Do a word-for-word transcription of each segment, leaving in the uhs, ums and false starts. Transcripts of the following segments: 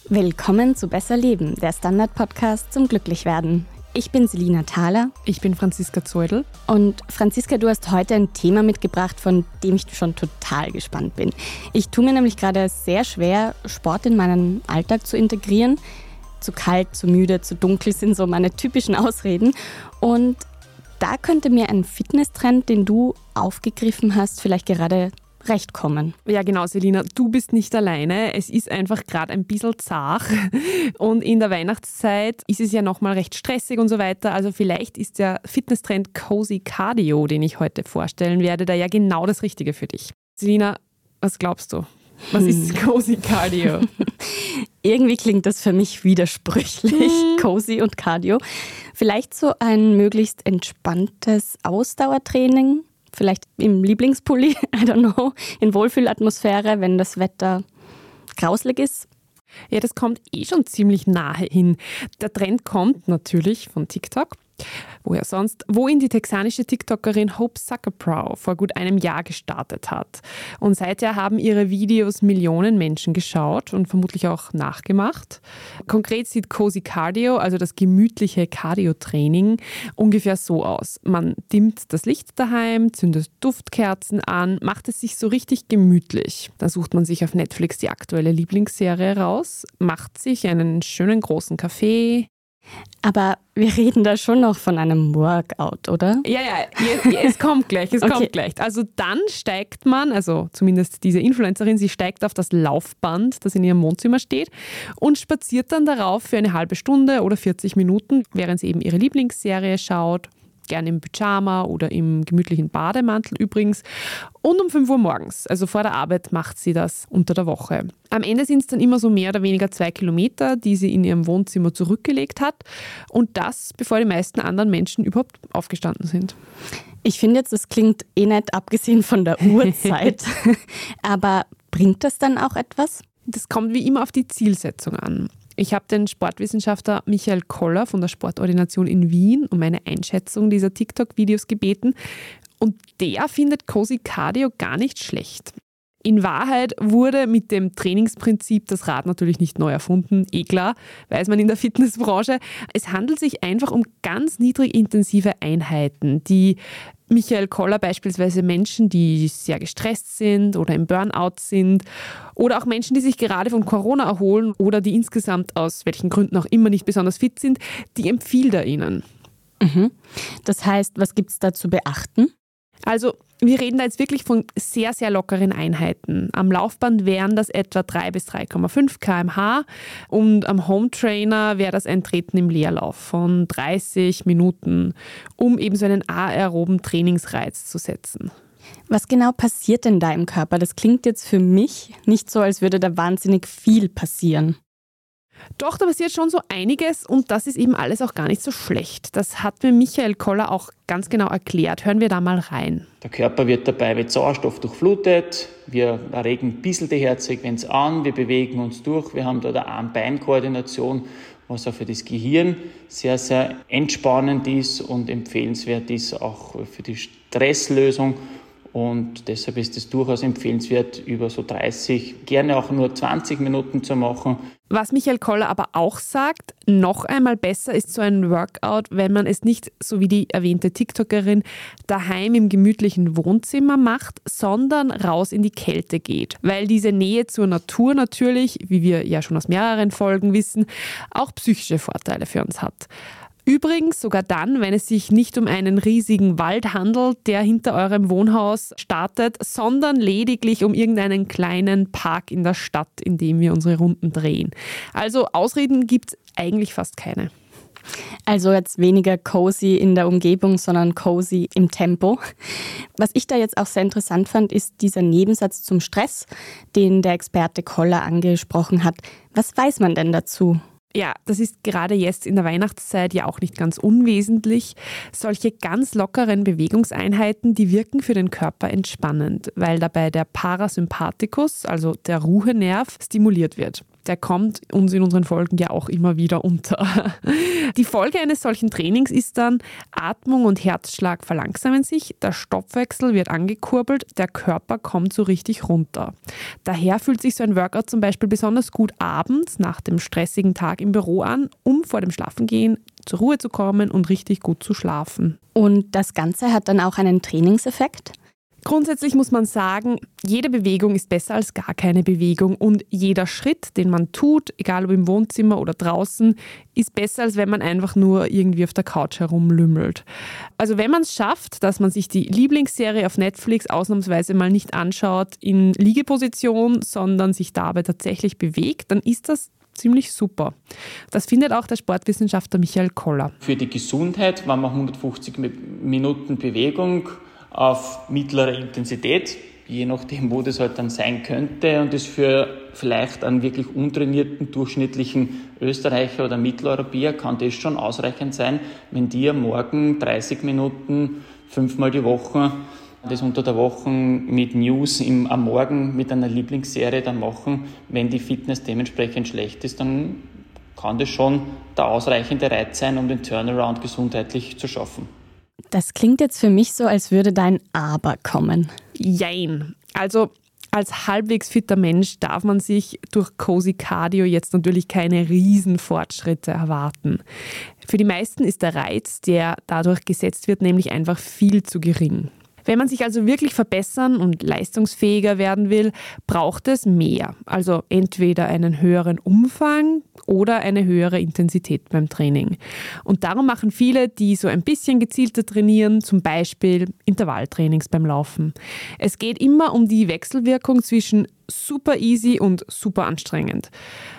Willkommen zu Besser Leben, der Standard-Podcast zum Glücklichwerden. Ich bin Selina Thaler. Ich bin Franziska Zeudel. Und Franziska, du hast heute ein Thema mitgebracht, von dem ich schon total gespannt bin. Ich tue mir nämlich gerade sehr schwer, Sport in meinen Alltag zu integrieren. Zu kalt, zu müde, zu dunkel sind so meine typischen Ausreden. Und da könnte mir ein Fitnesstrend, den du aufgegriffen hast, vielleicht gerade recht kommen. Ja genau, Selina, du bist nicht alleine. Es ist einfach gerade ein bisschen zart und in der Weihnachtszeit ist es ja nochmal recht stressig und so weiter. Also vielleicht ist der Fitnesstrend Cozy Cardio, den ich heute vorstellen werde, da ja genau das Richtige für dich. Selina, was glaubst du? Was hm. ist Cozy Cardio? Irgendwie klingt das für mich widersprüchlich, hm. Cozy und Cardio. Vielleicht so ein möglichst entspanntes Ausdauertraining? Vielleicht im Lieblingspulli, I don't know, in Wohlfühlatmosphäre, wenn das Wetter grauselig ist. Ja, das kommt eh schon ziemlich nahe hin. Der Trend kommt natürlich von TikTok. Woher sonst? Wo ihn die texanische TikTokerin Hope Suckerprow vor gut einem Jahr gestartet hat. Und seither haben ihre Videos Millionen Menschen geschaut und vermutlich auch nachgemacht. Konkret sieht Cozy Cardio, also das gemütliche Cardio-Training, ungefähr so aus. Man dimmt das Licht daheim, zündet Duftkerzen an, macht es sich so richtig gemütlich. Dann sucht man sich auf Netflix die aktuelle Lieblingsserie raus, macht sich einen schönen großen Kaffee. Aber wir reden da schon noch von einem Workout, oder? Ja, ja, ja, es kommt gleich, es okay. kommt gleich. Also dann steigt man, also zumindest diese Influencerin, sie steigt auf das Laufband, das in ihrem Wohnzimmer steht und spaziert dann darauf für eine halbe Stunde oder vierzig Minuten, während sie eben ihre Lieblingsserie schaut. Gerne im Pyjama oder im gemütlichen Bademantel übrigens. Und um fünf Uhr morgens, also vor der Arbeit, macht sie das unter der Woche. Am Ende sind es dann immer so mehr oder weniger zwei Kilometer, die sie in ihrem Wohnzimmer zurückgelegt hat. Und das, bevor die meisten anderen Menschen überhaupt aufgestanden sind. Ich finde jetzt, das klingt eh nett, abgesehen von der Uhrzeit. Aber bringt das dann auch etwas? Das kommt wie immer auf die Zielsetzung an. Ich habe den Sportwissenschaftler Michael Koller von der Sportordination in Wien um eine Einschätzung dieser TikTok-Videos gebeten und der findet Cozy Cardio gar nicht schlecht. In Wahrheit wurde mit dem Trainingsprinzip das Rad natürlich nicht neu erfunden, eh klar, weiß man in der Fitnessbranche. Es handelt sich einfach um ganz niedrig intensive Einheiten, die Michael Koller beispielsweise Menschen, die sehr gestresst sind oder im Burnout sind oder auch Menschen, die sich gerade von Corona erholen oder die insgesamt aus welchen Gründen auch immer nicht besonders fit sind, die empfiehlt er ihnen. Mhm. Das heißt, was gibt es da zu beachten? Also wir reden da jetzt wirklich von sehr, sehr lockeren Einheiten. Am Laufband wären das etwa drei bis drei Komma fünf Kilometer pro Stunde und am Home Trainer wäre das ein Treten im Leerlauf von dreißig Minuten, um eben so einen aeroben Trainingsreiz zu setzen. Was genau passiert denn da im Körper? Das klingt jetzt für mich nicht so, als würde da wahnsinnig viel passieren. Doch, da passiert schon so einiges und das ist eben alles auch gar nicht so schlecht. Das hat mir Michael Koller auch ganz genau erklärt. Hören wir da mal rein. Der Körper wird dabei mit Sauerstoff durchflutet. Wir regen ein bisschen die Herzfrequenz an, wir bewegen uns durch. Wir haben da eine Arm-Bein-Koordination, was auch für das Gehirn sehr, sehr entspannend ist und empfehlenswert ist, auch für die Stresslösung. Und deshalb ist es durchaus empfehlenswert, über so dreißig, gerne auch nur zwanzig Minuten zu machen. Was Michael Koller aber auch sagt, noch einmal besser ist so ein Workout, wenn man es nicht, so wie die erwähnte TikTokerin, daheim im gemütlichen Wohnzimmer macht, sondern raus in die Kälte geht. Weil diese Nähe zur Natur natürlich, wie wir ja schon aus mehreren Folgen wissen, auch psychische Vorteile für uns hat. Übrigens sogar dann, wenn es sich nicht um einen riesigen Wald handelt, der hinter eurem Wohnhaus startet, sondern lediglich um irgendeinen kleinen Park in der Stadt, in dem wir unsere Runden drehen. Also Ausreden gibt es eigentlich fast keine. Also jetzt weniger cozy in der Umgebung, sondern cozy im Tempo. Was ich da jetzt auch sehr interessant fand, ist dieser Nebensatz zum Stress, den der Experte Koller angesprochen hat. Was weiß man denn dazu? Ja, das ist gerade jetzt in der Weihnachtszeit ja auch nicht ganz unwesentlich. Solche ganz lockeren Bewegungseinheiten, die wirken für den Körper entspannend, weil dabei der Parasympathikus, also der Ruhenerv, stimuliert wird. der kommt uns in unseren Folgen ja auch immer wieder unter. Die Folge eines solchen Trainings ist dann, Atmung und Herzschlag verlangsamen sich, der Stoffwechsel wird angekurbelt, der Körper kommt so richtig runter. Daher fühlt sich so ein Workout zum Beispiel besonders gut abends nach dem stressigen Tag im Büro an, um vor dem Schlafengehen zur Ruhe zu kommen und richtig gut zu schlafen. Und das Ganze hat dann auch einen Trainingseffekt? Grundsätzlich muss man sagen, jede Bewegung ist besser als gar keine Bewegung und jeder Schritt, den man tut, egal ob im Wohnzimmer oder draußen, ist besser, als wenn man einfach nur irgendwie auf der Couch herumlümmelt. Also wenn man es schafft, dass man sich die Lieblingsserie auf Netflix ausnahmsweise mal nicht anschaut in Liegeposition, sondern sich dabei tatsächlich bewegt, dann ist das ziemlich super. Das findet auch der Sportwissenschaftler Michael Koller. Für die Gesundheit, wenn man hundertfünfzig Minuten Bewegung auf mittlerer Intensität, je nachdem, wo das halt dann sein könnte, und das für vielleicht einen wirklich untrainierten, durchschnittlichen Österreicher oder Mitteleuropäer kann das schon ausreichend sein, wenn die am Morgen dreißig Minuten, fünfmal die Woche, das unter der Woche mit News im, am Morgen mit einer Lieblingsserie dann machen. Wenn die Fitness dementsprechend schlecht ist, dann kann das schon der ausreichende Reiz sein, um den Turnaround gesundheitlich zu schaffen. Das klingt jetzt für mich so, als würde da ein Aber kommen. Jein. Also als halbwegs fitter Mensch darf man sich durch Cozy Cardio jetzt natürlich keine Riesenfortschritte erwarten. Für die meisten ist der Reiz, der dadurch gesetzt wird, nämlich einfach viel zu gering. Wenn man sich also wirklich verbessern und leistungsfähiger werden will, braucht es mehr. Also entweder einen höheren Umfang oder eine höhere Intensität beim Training. Und darum machen viele, die so ein bisschen gezielter trainieren, zum Beispiel Intervalltrainings beim Laufen. Es geht immer um die Wechselwirkung zwischen super easy und super anstrengend.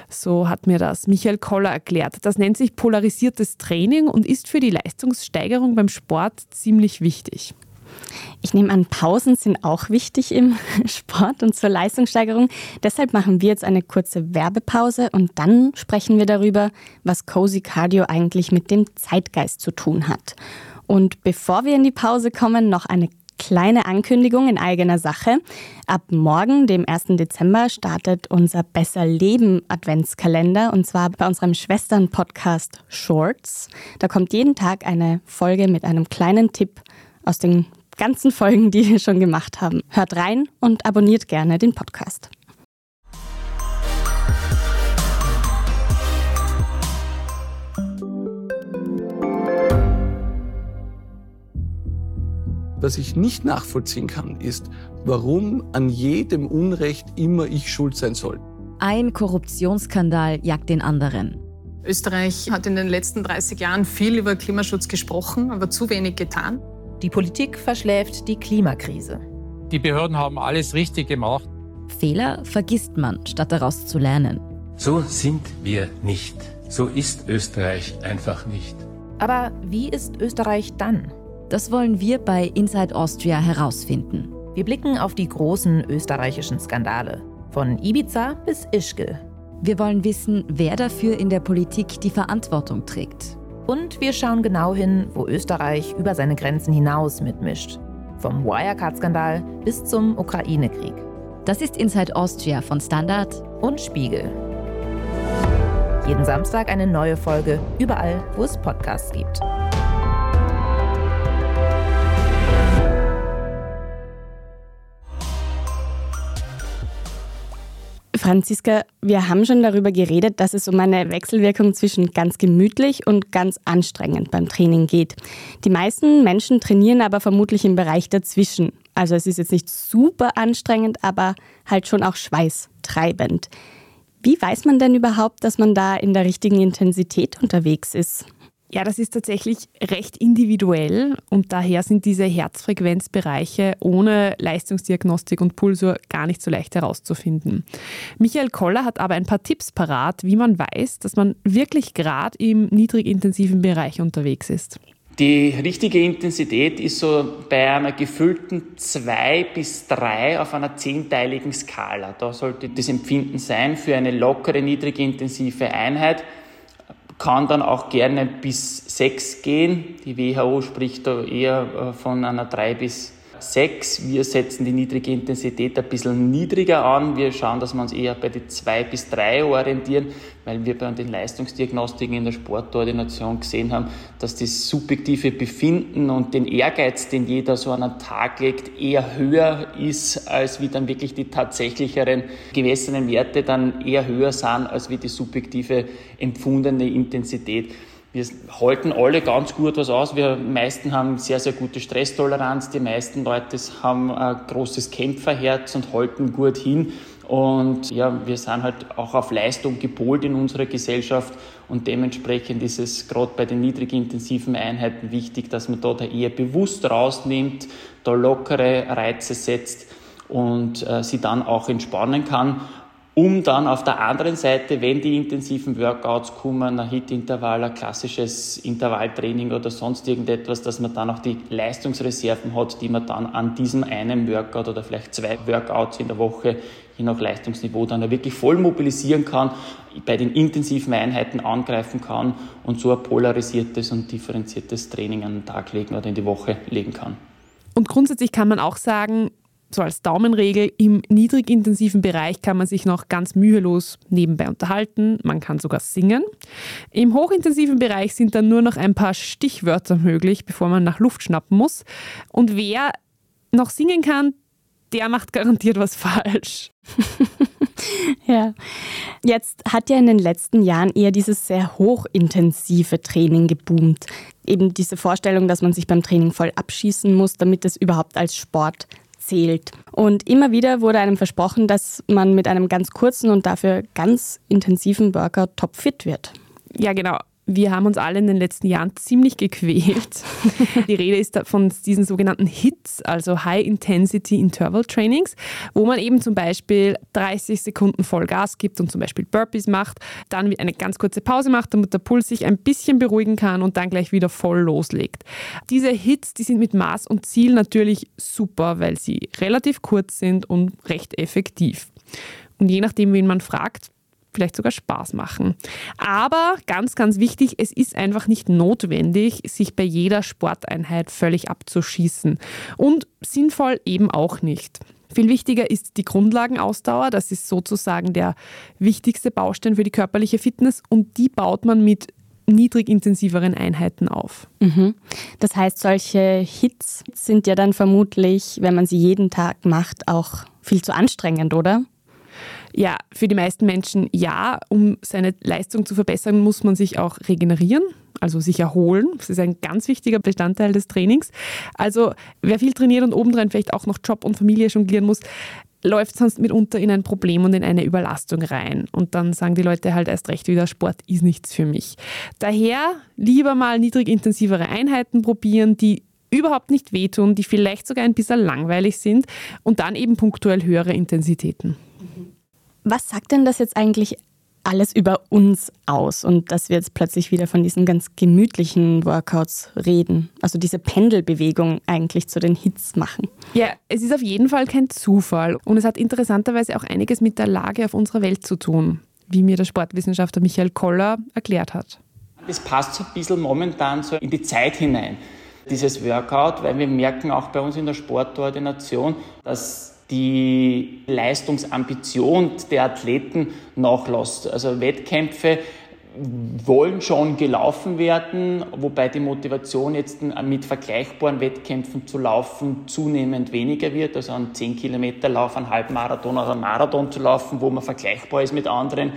So hat mir das Michael Koller erklärt. Das nennt sich polarisiertes Training und ist für die Leistungssteigerung beim Sport ziemlich wichtig. Ich nehme an, Pausen sind auch wichtig im Sport und zur Leistungssteigerung. Deshalb machen wir jetzt eine kurze Werbepause und dann sprechen wir darüber, was Cozy Cardio eigentlich mit dem Zeitgeist zu tun hat. Und bevor wir in die Pause kommen, noch eine kleine Ankündigung in eigener Sache. Ab morgen, dem ersten Dezember, startet unser Besser Leben Adventskalender und zwar bei unserem Schwestern-Podcast Shorts. Da kommt jeden Tag eine Folge mit einem kleinen Tipp aus den ganzen Folgen, die wir schon gemacht haben. Hört rein und abonniert gerne den Podcast. Was ich nicht nachvollziehen kann, ist, warum an jedem Unrecht immer ich schuld sein soll. Ein Korruptionsskandal jagt den anderen. Österreich hat in den letzten dreißig Jahren viel über Klimaschutz gesprochen, aber zu wenig getan. Die Politik verschläft die Klimakrise. Die Behörden haben alles richtig gemacht. Fehler vergisst man, statt daraus zu lernen. So sind wir nicht. So ist Österreich einfach nicht. Aber wie ist Österreich dann? Das wollen wir bei Inside Austria herausfinden. Wir blicken auf die großen österreichischen Skandale. Von Ibiza bis Ischgl. Wir wollen wissen, wer dafür in der Politik die Verantwortung trägt. Und wir schauen genau hin, wo Österreich über seine Grenzen hinaus mitmischt. Vom Wirecard-Skandal bis zum Ukraine-Krieg. Das ist Inside Austria von Standard und Spiegel. Jeden Samstag eine neue Folge, überall, wo es Podcasts gibt. Franziska, wir haben schon darüber geredet, dass es um eine Wechselwirkung zwischen ganz gemütlich und ganz anstrengend beim Training geht. Die meisten Menschen trainieren aber vermutlich im Bereich dazwischen. Also es ist jetzt nicht super anstrengend, aber halt schon auch schweißtreibend. Wie weiß man denn überhaupt, dass man da in der richtigen Intensität unterwegs ist? Ja, das ist tatsächlich recht individuell und daher sind diese Herzfrequenzbereiche ohne Leistungsdiagnostik und Pulsur gar nicht so leicht herauszufinden. Michael Koller hat aber ein paar Tipps parat, wie man weiß, dass man wirklich gerade im niedrigintensiven Bereich unterwegs ist. Die richtige Intensität ist so bei einer gefüllten zwei bis drei auf einer zehnteiligen Skala. Da sollte das Empfinden sein für eine lockere, niedrige intensive Einheit. Kann dann auch gerne bis sechs gehen. Die W H O spricht da eher von einer drei bis sechs. Wir setzen die niedrige Intensität ein bisschen niedriger an. Wir schauen, dass wir uns eher bei den zwei bis drei orientieren, weil wir bei den Leistungsdiagnostiken in der Sportordination gesehen haben, dass das subjektive Befinden und den Ehrgeiz, den jeder so an den Tag legt, eher höher ist, als wie dann wirklich die tatsächlicheren gemessenen Werte dann eher höher sind, als wie die subjektive empfundene Intensität. Wir halten alle ganz gut was aus. Wir meisten haben sehr, sehr gute Stresstoleranz. Die meisten Leute haben ein großes Kämpferherz und halten gut hin. Und ja, wir sind halt auch auf Leistung gepolt in unserer Gesellschaft. Und dementsprechend ist es gerade bei den niedrigintensiven Einheiten wichtig, dass man da, da eher bewusst rausnimmt, da lockere Reize setzt und äh, sie dann auch entspannen kann. Um dann auf der anderen Seite, wenn die intensiven Workouts kommen, ein Hit-Intervall, ein klassisches Intervalltraining oder sonst irgendetwas, dass man dann auch die Leistungsreserven hat, die man dann an diesem einen Workout oder vielleicht zwei Workouts in der Woche, je nach Leistungsniveau, dann wirklich voll mobilisieren kann, bei den intensiven Einheiten angreifen kann und so ein polarisiertes und differenziertes Training an den Tag legen oder in die Woche legen kann. Und grundsätzlich kann man auch sagen, so als Daumenregel, im niedrigintensiven Bereich kann man sich noch ganz mühelos nebenbei unterhalten, man kann sogar singen. Im hochintensiven Bereich sind dann nur noch ein paar Stichwörter möglich, bevor man nach Luft schnappen muss. Und wer noch singen kann, der macht garantiert was falsch. Ja, jetzt hat ja in den letzten Jahren eher dieses sehr hochintensive Training geboomt. Eben diese Vorstellung, dass man sich beim Training voll abschießen muss, damit es überhaupt als Sport zählt. Und immer wieder wurde einem versprochen, dass man mit einem ganz kurzen und dafür ganz intensiven Workout topfit wird. Ja, genau. Wir haben uns alle in den letzten Jahren ziemlich gequält. Die Rede ist von diesen sogenannten Hits, also High-Intensity Interval Trainings, wo man eben zum Beispiel dreißig Sekunden Vollgas gibt und zum Beispiel Burpees macht, dann eine ganz kurze Pause macht, damit der Puls sich ein bisschen beruhigen kann und dann gleich wieder voll loslegt. Diese Hits, die sind mit Maß und Ziel natürlich super, weil sie relativ kurz sind und recht effektiv. Und je nachdem, wen man fragt, vielleicht sogar Spaß machen. Aber ganz, ganz wichtig, es ist einfach nicht notwendig, sich bei jeder Sporteinheit völlig abzuschießen. Und sinnvoll eben auch nicht. Viel wichtiger ist die Grundlagenausdauer. Das ist sozusagen der wichtigste Baustein für die körperliche Fitness und die baut man mit niedrigintensiveren Einheiten auf. Mhm. Das heißt, solche Hits sind ja dann vermutlich, wenn man sie jeden Tag macht, auch viel zu anstrengend, oder? Ja, für die meisten Menschen ja. Um seine Leistung zu verbessern, muss man sich auch regenerieren, also sich erholen. Das ist ein ganz wichtiger Bestandteil des Trainings. Also wer viel trainiert und obendrein vielleicht auch noch Job und Familie jonglieren muss, läuft sonst mitunter in ein Problem und in eine Überlastung rein. Und dann sagen die Leute halt erst recht wieder, Sport ist nichts für mich. Daher lieber mal niedrigintensivere Einheiten probieren, die überhaupt nicht wehtun, die vielleicht sogar ein bisschen langweilig sind und dann eben punktuell höhere Intensitäten. Was sagt denn das jetzt eigentlich alles über uns aus und dass wir jetzt plötzlich wieder von diesen ganz gemütlichen Workouts reden? Also diese Pendelbewegung eigentlich zu den Hits machen. Ja, es ist auf jeden Fall kein Zufall und es hat interessanterweise auch einiges mit der Lage auf unserer Welt zu tun, wie mir der Sportwissenschaftler Michael Koller erklärt hat. Das passt so ein bisschen momentan so in die Zeit hinein, dieses Workout, weil wir merken auch bei uns in der Sportordination, dass die Leistungsambition der Athleten nachlässt. Also Wettkämpfe wollen schon gelaufen werden, wobei die Motivation jetzt mit vergleichbaren Wettkämpfen zu laufen zunehmend weniger wird. Also einen zehn Kilometer Lauf, einen Halbmarathon oder einen Marathon zu laufen, wo man vergleichbar ist mit anderen,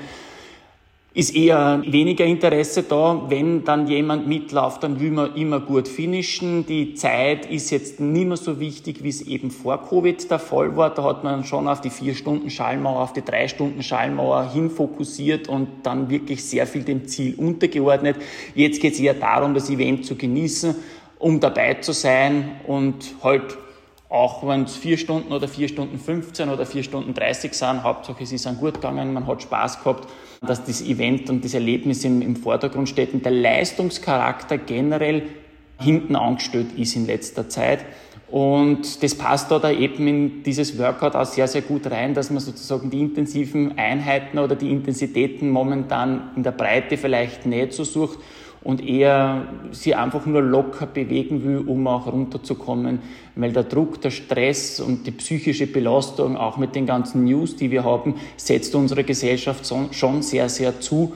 ist eher weniger Interesse da. Wenn dann jemand mitläuft, dann will man immer gut finishen. Die Zeit ist jetzt nicht mehr so wichtig, wie es eben vor Covid der Fall war. Da hat man schon auf die vier Stunden Schallmauer, auf die drei Stunden Schallmauer hinfokussiert und dann wirklich sehr viel dem Ziel untergeordnet. Jetzt geht es eher darum, das Event zu genießen, um dabei zu sein und halt auch wenn es vier Stunden oder vier Stunden fünfzehn oder vier Stunden dreißig sind, Hauptsache es ist dann gut gegangen, man hat Spaß gehabt, dass das Event und das Erlebnis im, im Vordergrund steht und der Leistungscharakter generell hinten angestellt ist in letzter Zeit. Und das passt da, da eben in dieses Workout auch sehr, sehr gut rein, dass man sozusagen die intensiven Einheiten oder die Intensitäten momentan in der Breite vielleicht nicht so sucht und eher sie einfach nur locker bewegen will, um auch runterzukommen, weil der Druck, der Stress und die psychische Belastung, auch mit den ganzen News, die wir haben, setzt unsere Gesellschaft schon sehr, sehr zu.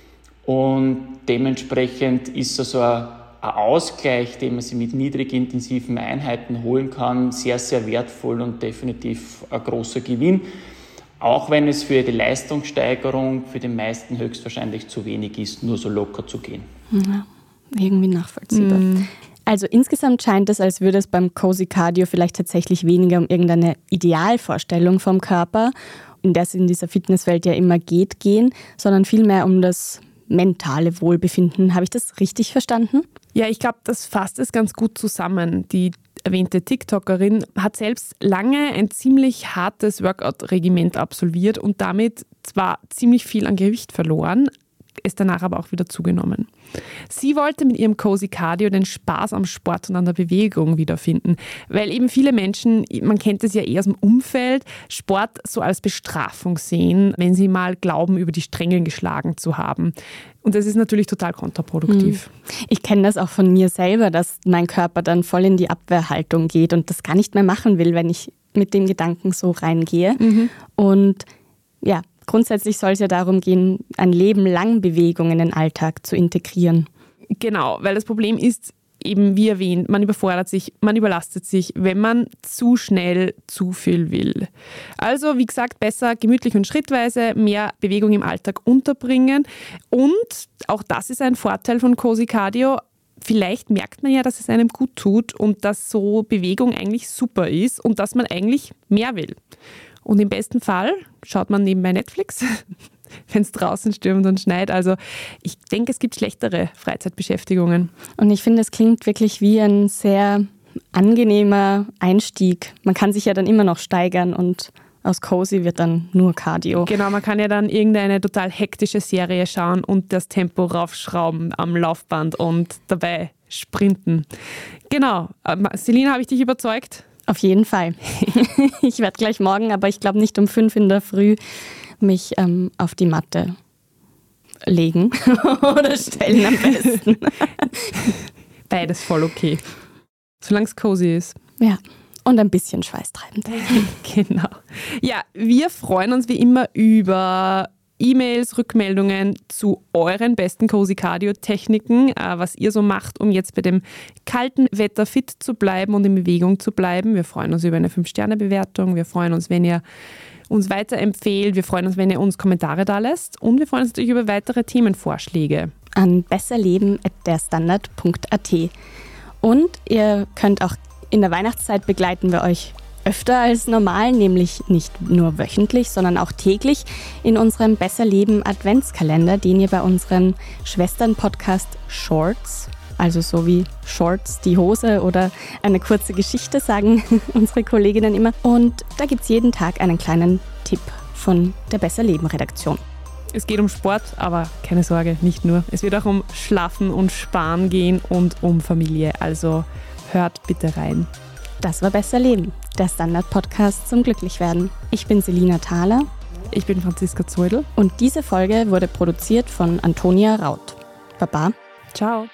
Und dementsprechend ist so ein Ausgleich, den man sich mit niedrigintensiven Einheiten holen kann, sehr, sehr wertvoll und definitiv ein großer Gewinn. Auch wenn es für die Leistungssteigerung für den meisten höchstwahrscheinlich zu wenig ist, nur so locker zu gehen. Ja, irgendwie nachvollziehbar. Mhm. Also insgesamt scheint es, als würde es beim Cozy Cardio vielleicht tatsächlich weniger um irgendeine Idealvorstellung vom Körper, in der es in dieser Fitnesswelt ja immer geht, gehen, sondern vielmehr um das mentale Wohlbefinden. Habe ich das richtig verstanden? Ja, ich glaube, das fasst es ganz gut zusammen. Die erwähnte TikTokerin hat selbst lange ein ziemlich hartes Workout-Regiment absolviert und damit zwar ziemlich viel an Gewicht verloren, es danach aber auch wieder zugenommen. Sie wollte mit ihrem Cozy Cardio den Spaß am Sport und an der Bewegung wiederfinden, weil eben viele Menschen, man kennt es ja eher aus dem Umfeld, Sport so als Bestrafung sehen, wenn sie mal glauben, über die Stränge geschlagen zu haben. Und das ist natürlich total kontraproduktiv. Ich kenne das auch von mir selber, dass mein Körper dann voll in die Abwehrhaltung geht und das gar nicht mehr machen will, wenn ich mit dem Gedanken so reingehe. Mhm. Und ja, grundsätzlich soll es ja darum gehen, ein Leben lang Bewegung in den Alltag zu integrieren. Genau, weil das Problem ist, eben wie erwähnt, man überfordert sich, man überlastet sich, wenn man zu schnell zu viel will. Also wie gesagt, besser gemütlich und schrittweise mehr Bewegung im Alltag unterbringen. Und auch das ist ein Vorteil von Cozy Cardio. Vielleicht merkt man ja, dass es einem gut tut und dass so Bewegung eigentlich super ist und dass man eigentlich mehr will. Und im besten Fall schaut man nebenbei Netflix, wenn es draußen stürmt und schneit. Also ich denke, es gibt schlechtere Freizeitbeschäftigungen. Und ich finde, es klingt wirklich wie ein sehr angenehmer Einstieg. Man kann sich ja dann immer noch steigern und aus Cozy wird dann nur Cardio. Genau, man kann ja dann irgendeine total hektische Serie schauen und das Tempo raufschrauben am Laufband und dabei sprinten. Genau. Selina, habe ich dich überzeugt? Auf jeden Fall. Ich werde gleich morgen, aber ich glaube nicht um fünf in der Früh, mich ähm, auf die Matte legen oder stellen am besten. Beides voll okay. Solange es cozy ist. Ja, und ein bisschen schweißtreibend. Genau. Ja, wir freuen uns wie immer über E-Mails, Rückmeldungen zu euren besten Cozy Cardio Techniken, äh, was ihr so macht, um jetzt bei dem kalten Wetter fit zu bleiben und in Bewegung zu bleiben. Wir freuen uns über eine fünf Sterne Bewertung. Wir freuen uns, wenn ihr uns weiterempfehlt. Wir freuen uns, wenn ihr uns Kommentare da lässt. Und wir freuen uns natürlich über weitere Themenvorschläge. An besserleben at derstandard punkt a t. Und ihr könnt auch in der Weihnachtszeit begleiten wir euch öfter als normal, nämlich nicht nur wöchentlich, sondern auch täglich in unserem Besser Leben Adventskalender, den ihr bei unserem Schwestern-Podcast Shorts, also so wie Shorts, die Hose oder eine kurze Geschichte, sagen unsere Kolleginnen immer. Und da gibt es jeden Tag einen kleinen Tipp von der Besser Leben Redaktion. Es geht um Sport, aber keine Sorge, nicht nur. Es wird auch um Schlafen und Sparen gehen und um Familie, also hört bitte rein. Das war Besser Leben, der Standard-Podcast zum Glücklichwerden. Ich bin Selina Thaler. Ich bin Franziska Zeudel. Und diese Folge wurde produziert von Antonia Raut. Baba. Ciao.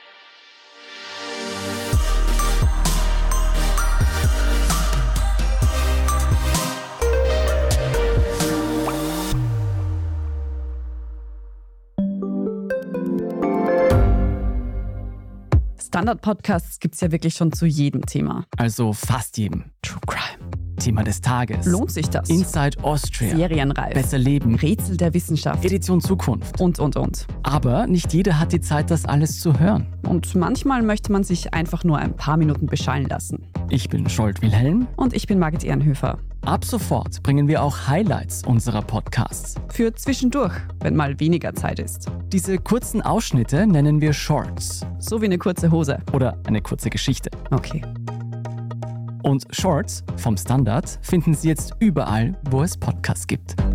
Standard-Podcasts gibt es ja wirklich schon zu jedem Thema. Also fast jedem. True Crime. Thema des Tages. Lohnt sich das? Inside Austria. Serienreif. Besser Leben. Rätsel der Wissenschaft. Edition Zukunft. Und, und, und. Aber nicht jeder hat die Zeit, das alles zu hören. Und manchmal möchte man sich einfach nur ein paar Minuten beschallen lassen. Ich bin Scholt Wilhelm. Und ich bin Margit Ehrenhöfer. Ab sofort bringen wir auch Highlights unserer Podcasts. Für zwischendurch, wenn mal weniger Zeit ist. Diese kurzen Ausschnitte nennen wir Shorts. So wie eine kurze Hose. Oder eine kurze Geschichte. Okay. Und Shorts vom Standard finden Sie jetzt überall, wo es Podcasts gibt.